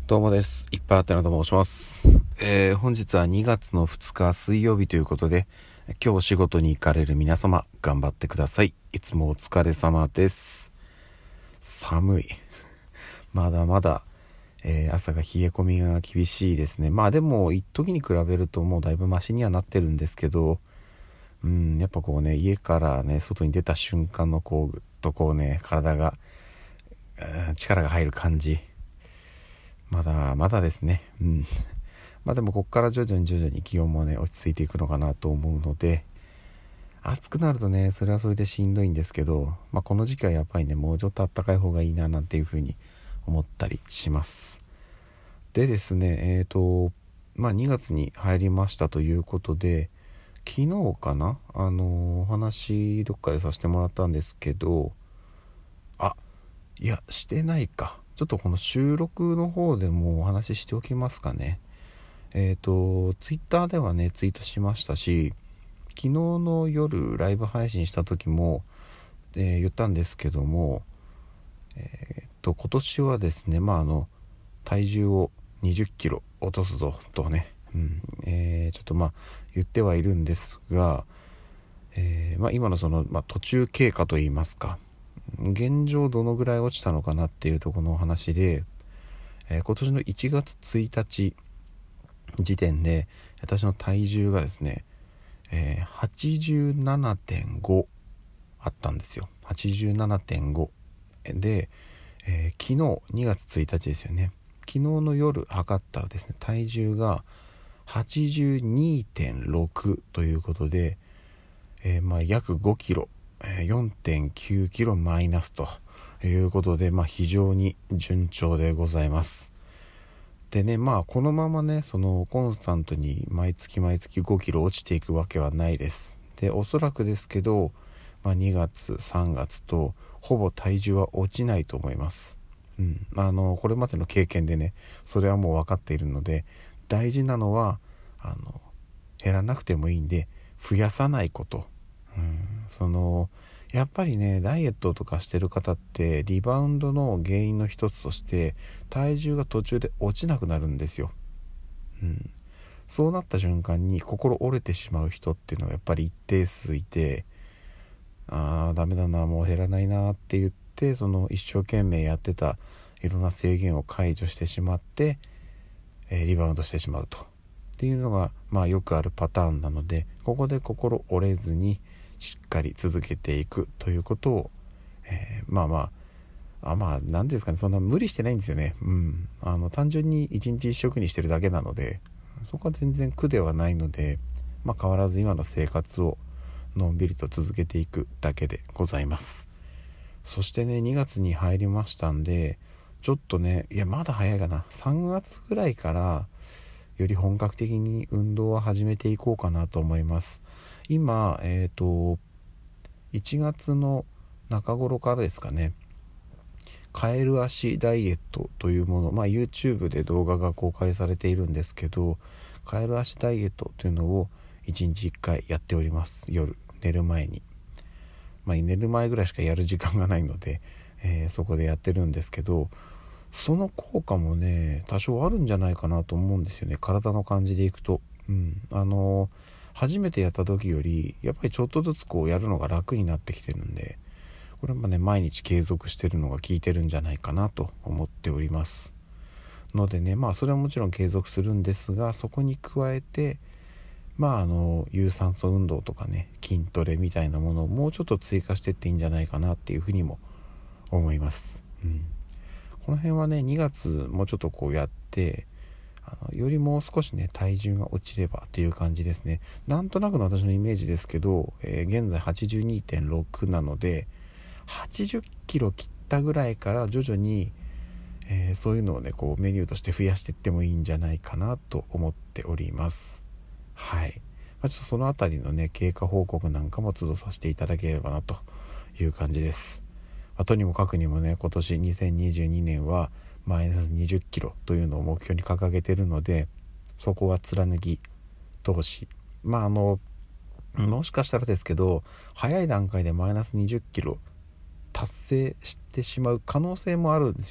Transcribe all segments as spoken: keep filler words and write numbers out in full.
どうもです。いっぱいあってなと申します。えー、本日はにがつのふつか水曜日ということで、今日お仕事に行かれる皆様頑張ってください。いつもお疲れ様です。寒い。まだまだ、えー、朝が冷え込みが厳しいですね。まあでも一時に比べるともうだいぶマシにはなってるんですけど、うん、やっぱこうね、家からね外に出た瞬間のこうぐっとこうね体が、うん、力が入る感じ。まだまだですね。うん。まあでもここから徐々に徐々に気温もね落ち着いていくのかなと思うので、暑くなるとねそれはそれでしんどいんですけど、まあこの時期はやっぱりねもうちょっと暖かい方がいいななんていう風に思ったりします。でですね、えーとまあにがつに入りましたということで、昨日かなあのお話どっかでさせてもらったんですけど、あいやしてないか。ちょっとこの収録の方でもお話ししておきますかね。えっとツイッターではねツイートしましたし、昨日の夜ライブ配信した時も、えー言ったんですけども、えっと今年はですね、まああの体重をにじゅっキロ落とすぞとね、うんえーちょっとまあ言ってはいるんですが、えーまあ、今のその、まあ、途中経過といいますか、現状どのぐらい落ちたのかなっていうところのお話で、えー今年のいちがつついたち時点で私の体重がですね、えー、はちじゅうななてんご あったんですよ。 はちじゅうななてんご で、えー、昨日にがつついたちですよね。昨日の夜測ったらですね、体重が はちじゅうにてんろく ということで、えー、まあ約ごキロ、えー、よんてんきゅうキロマイナスということで、まあ非常に順調でございます。でね、まあこのままねそのコンスタントに毎月毎月ごキロ落ちていくわけはないです。でおそらくですけど、まあ、にがつさんがつとほぼ体重は落ちないと思います。うん、あのこれまでの経験でねそれはもう分かっているので、大事なのはあの減らなくてもいいんで増やさないこと。うん、そのやっぱりねダイエットとかしてる方ってリバウンドの原因の一つとして体重が途中で落ちなくなるんですよ。うん、そうなった瞬間に心折れてしまう人っていうのがやっぱり一定数いて、あーダメだなもう減らないなって言ってその一生懸命やってたいろんな制限を解除してしまって、えーリバウンドしてしまうとっていうのがまあよくあるパターンなので、ここで心折れずにしっかり続けていくということを、えーまあまああまあ何ですかね、そんな無理してないんですよね。うんあの単純に一日一食にしてるだけなので、そこは全然苦ではないので、まあ変わらず今の生活をのんびりと続けていくだけでございます。そしてねにがつに入りましたんで、ちょっとねいやまだ早いかな、さんがつぐらいからより本格的に運動は始めていこうかなと思います。今えっといちがつの中頃からですかね、カエル足ダイエットというもの、まあ YouTube で動画が公開されているんですけど、カエル足ダイエットというのをいちにちいっかいやっております。夜寝る前に、まあ寝る前ぐらいしかやる時間がないので、えーそこでやってるんですけど、その効果もね多少あるんじゃないかなと思うんですよね、体の感じでいくと。うんあのー初めてやった時よりやっぱりちょっとずつこうやるのが楽になってきてるんで、これもね毎日継続してるのが効いてるんじゃないかなと思っておりますのでね、まあそれはもちろん継続するんですが、そこに加えてまああの有酸素運動とかね筋トレみたいなものをもうちょっと追加していっていいんじゃないかなっていうふうにも思います。うんこの辺はねにがつもうちょっとこうやって、あのよりもう少しね体重が落ちればっていう感じですね。なんとなくの私のイメージですけど、えー現在 はちじゅうにてんろく なのではちじゅっキロ切ったぐらいから徐々に、えーそういうのをねこうメニューとして増やしていってもいいんじゃないかなと思っております。はい、まあ、ちょっとそのあたりのね経過報告なんかも都度させていただければなという感じです。まあ、とにもかくにもね今年にせんにじゅうにねんはマイナスにじゅっキロというのを目標に掲げているので、そこは貫き通し、まああのもしかしたらですけど早い段階でマイナスにじゅっキロ達成してしまう可能性もあるんですよね。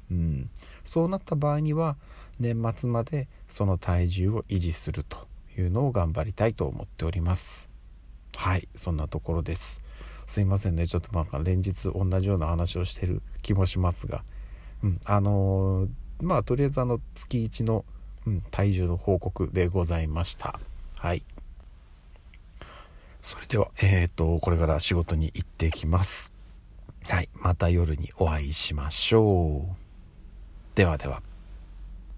うん、そうなった場合には年末までその体重を維持するというのを頑張りたいと思っております。はい、そんなところです。すいませんね、ちょっとなんか連日同じような話をしてる気もしますが、うん、あのー、まあとりあえずあの月いちの、うん、体重の報告でございました。はい、それではえーとこれから仕事に行ってきます。はい、また夜にお会いしましょう。ではでは。